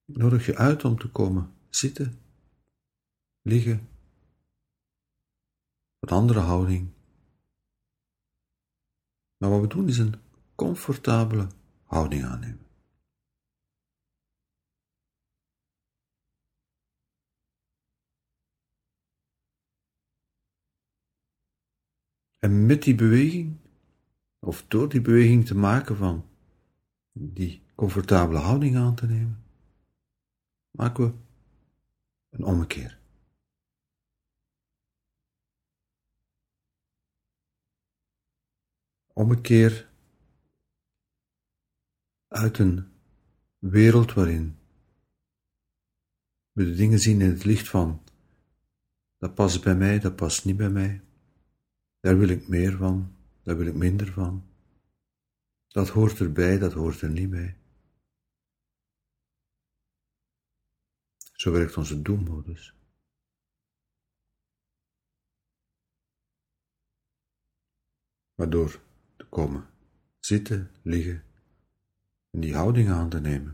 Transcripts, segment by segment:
Ik nodig je uit om te komen zitten, liggen, een andere houding. Maar wat we doen is een comfortabele houding aannemen. En met die beweging, of door die beweging te maken van die comfortabele houding aan te nemen, maken we een ommekeer. Ommekeer uit een wereld waarin we de dingen zien in het licht van dat past bij mij, dat past niet bij mij. Daar wil ik meer van, daar wil ik minder van. Dat hoort erbij, dat hoort er niet bij. Zo werkt onze doelmodus. Maar door te komen zitten, liggen en die houding aan te nemen,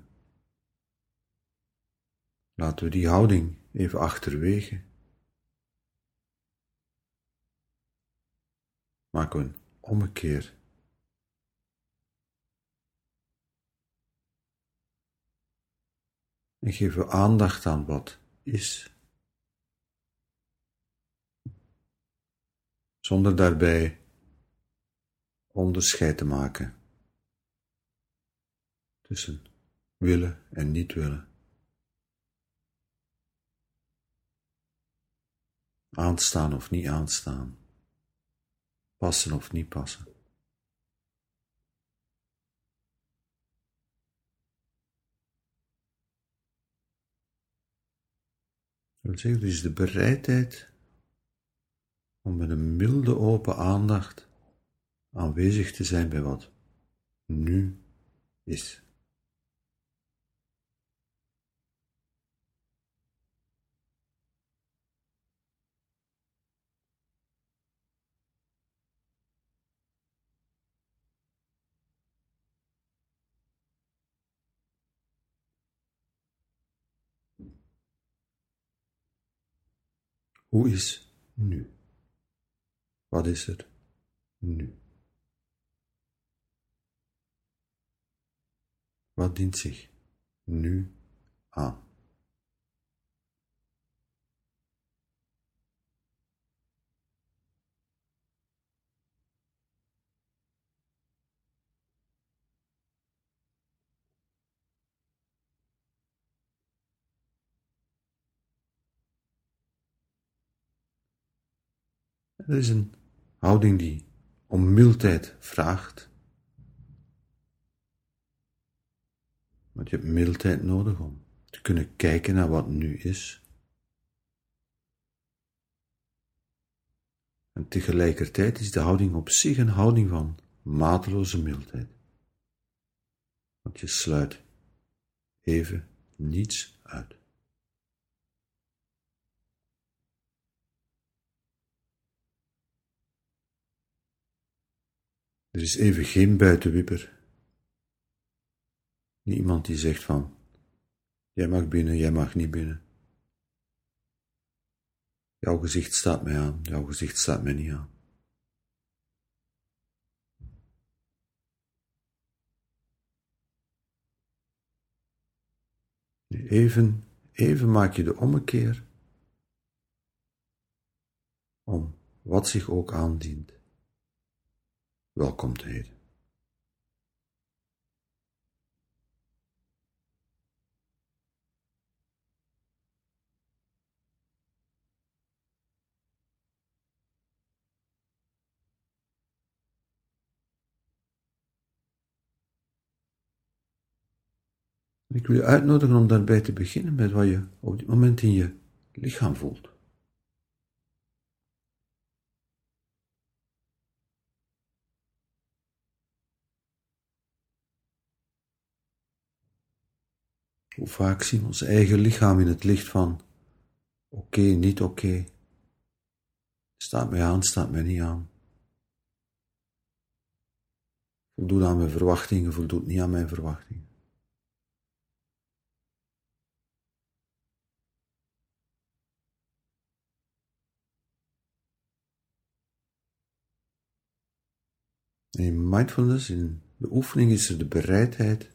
laten we die houding even achterwege. Maken we een ommekeer. En geven we aandacht aan wat is. Zonder daarbij onderscheid te maken tussen willen en niet willen. Aanstaan of niet aanstaan. Passen of niet passen. Dat wil zeggen, er is de bereidheid om met een milde open aandacht aanwezig te zijn bij wat nu is. Hoe is nu? Wat is er nu? Wat dient zich nu aan? Er is een houding die om mildheid vraagt. Want je hebt mildheid nodig om te kunnen kijken naar wat nu is. En tegelijkertijd is de houding op zich een houding van mateloze mildheid. Want je sluit even niets uit. Er is even geen buitenwipper. Niet iemand die zegt van, jij mag binnen, jij mag niet binnen. Jouw gezicht staat mij aan, jouw gezicht staat mij niet aan. Even maak je de ommekeer om wat zich ook aandient welkom te heten. Ik wil je uitnodigen om daarbij te beginnen met wat je op dit moment in je lichaam voelt. Hoe vaak zien we ons eigen lichaam in het licht van oké, niet oké, staat mij aan, staat mij niet aan. Voldoet aan mijn verwachtingen, voldoet niet aan mijn verwachtingen. In mindfulness, in de oefening, is er de bereidheid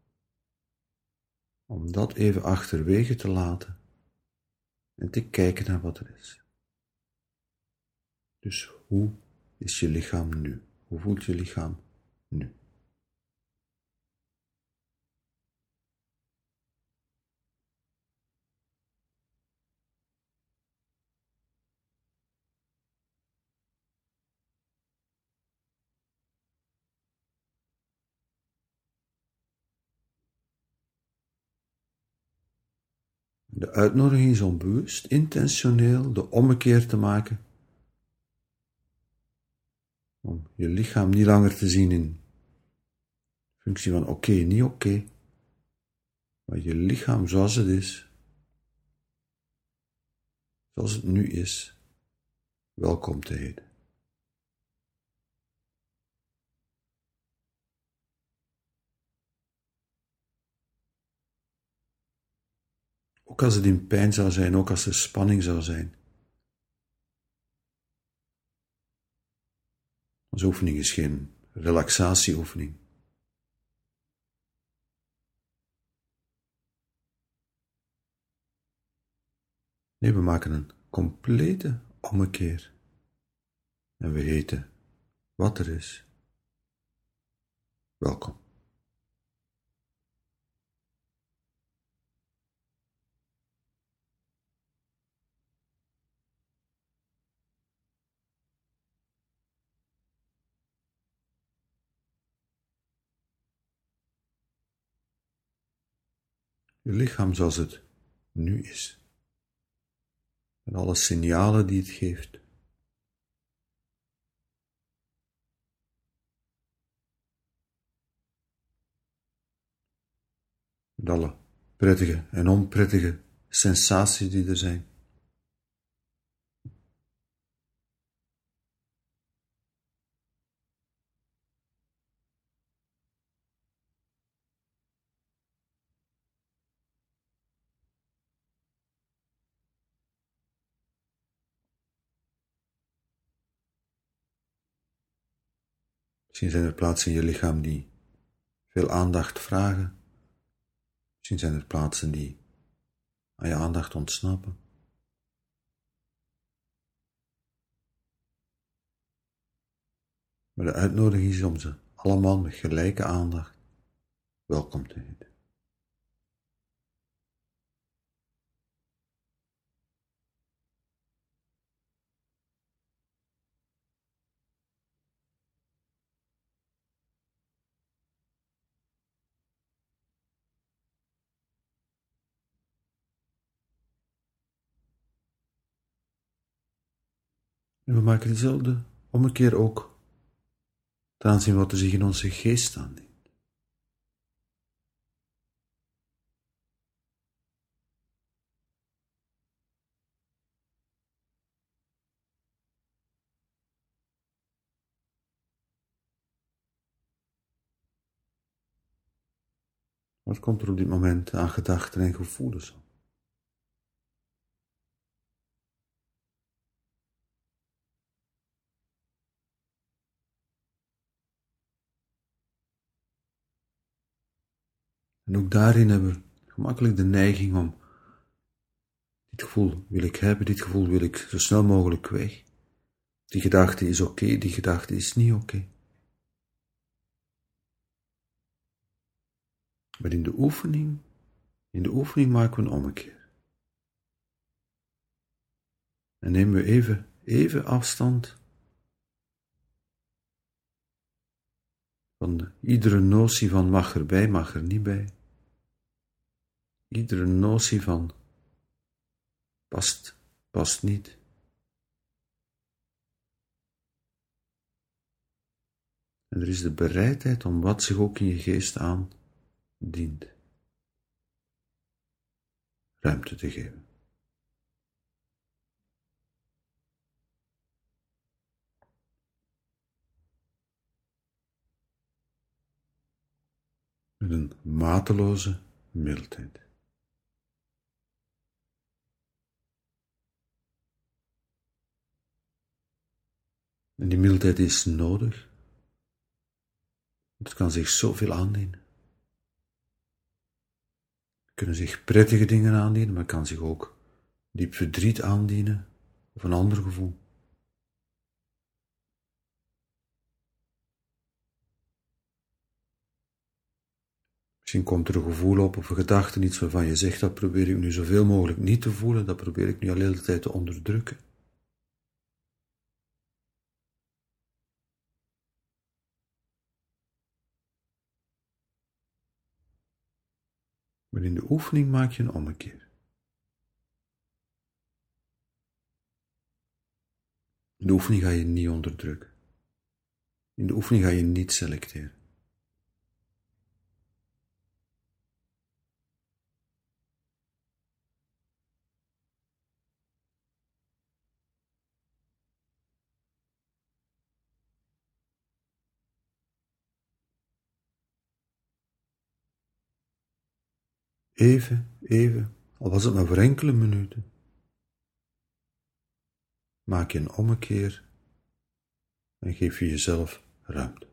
om dat even achterwege te laten en te kijken naar wat er is. Dus hoe is je lichaam nu? Hoe voelt je lichaam nu? De uitnodiging is om bewust, intentioneel de ommekeer te maken. Om je lichaam niet langer te zien in functie van oké, niet oké. Maar je lichaam zoals het is, zoals het nu is, welkom te heten. Ook als het in pijn zou zijn, ook als er spanning zou zijn. Onze oefening is geen relaxatieoefening. Nee, we maken een complete ommekeer. En we heten wat er is. Welkom. Je lichaam zoals het nu is. En alle signalen die het geeft. Met alle prettige en onprettige sensaties die er zijn. Misschien zijn er plaatsen in je lichaam die veel aandacht vragen. Misschien zijn er plaatsen die aan je aandacht ontsnappen. Maar de uitnodiging is om ze allemaal met gelijke aandacht welkom te heten. En we maken dezelfde ommekeer ook ten aanzien van wat er zich in onze geest aandient. Wat komt er op dit moment aan gedachten en gevoelens op? En ook daarin hebben we gemakkelijk de neiging om dit gevoel wil ik hebben, dit gevoel wil ik zo snel mogelijk weg. Die gedachte is oké, die gedachte is niet oké. Maar in de oefening maken we een ommekeer. En nemen we even afstand van iedere notie van mag erbij, mag er niet bij. Iedere notie van past niet. En er is de bereidheid om wat zich ook in je geest aandient, ruimte te geven. Met een mateloze mildheid. En die mildheid is nodig Het kan zich zoveel aandienen. Er kunnen zich prettige dingen aandienen, maar het kan zich ook diep verdriet aandienen of een ander gevoel. Misschien komt er een gevoel op of een gedachte, iets waarvan je zegt, dat probeer ik nu zoveel mogelijk niet te voelen, dat probeer ik nu al de hele tijd te onderdrukken. Maar in de oefening maak je een ommekeer. In de oefening ga je niet onderdrukken. In de oefening ga je niet selecteren. Even, al was het maar voor enkele minuten, maak je een ommekeer en geef je jezelf ruimte.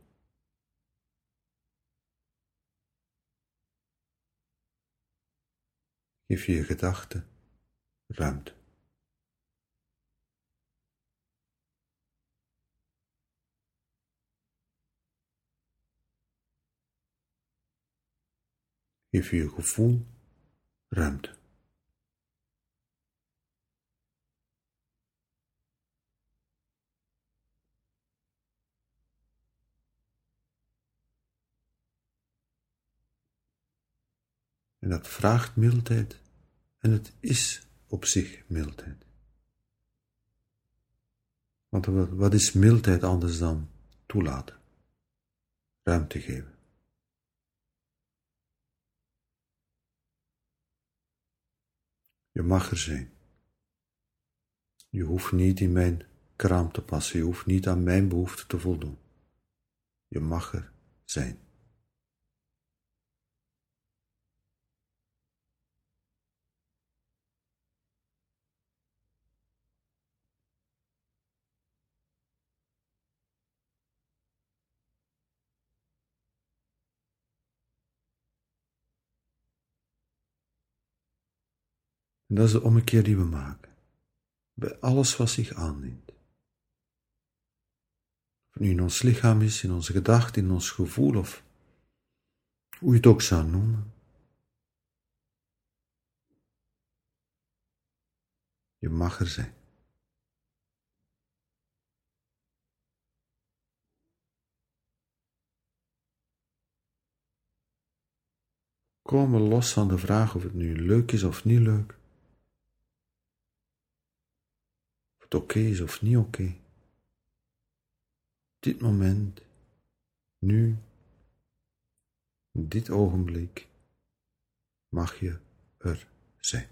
Geef je gedachten ruimte. Geef je gevoel ruimte. En dat vraagt mildheid en het is op zich mildheid. Want wat is mildheid anders dan toelaten, ruimte geven? Je mag er zijn. Je hoeft niet in mijn kraam te passen, je hoeft niet aan mijn behoeften te voldoen. Je mag er zijn. En dat is de ommekeer die we maken. Bij alles wat zich aandient. Of het nu in ons lichaam is, in onze gedachten, in ons gevoel, of hoe je het ook zou noemen. Je mag er zijn. Komen los van de vraag of het nu leuk is of niet leuk. Of het oké is of niet oké. Dit moment, nu, in dit ogenblik, mag je er zijn.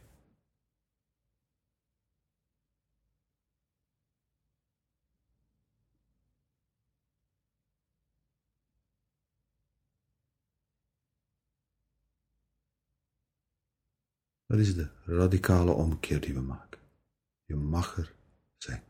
Dat is de radicale omkeer die we maken. Je mag er zijn.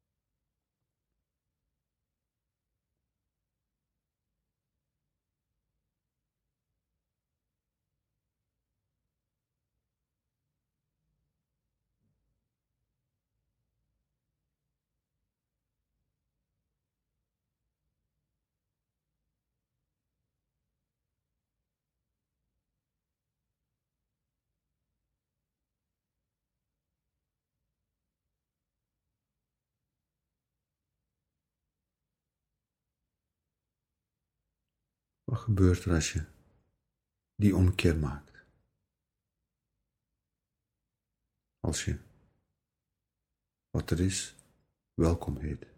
Wat gebeurt er als je die omkeer maakt? Als je wat er is welkom heet.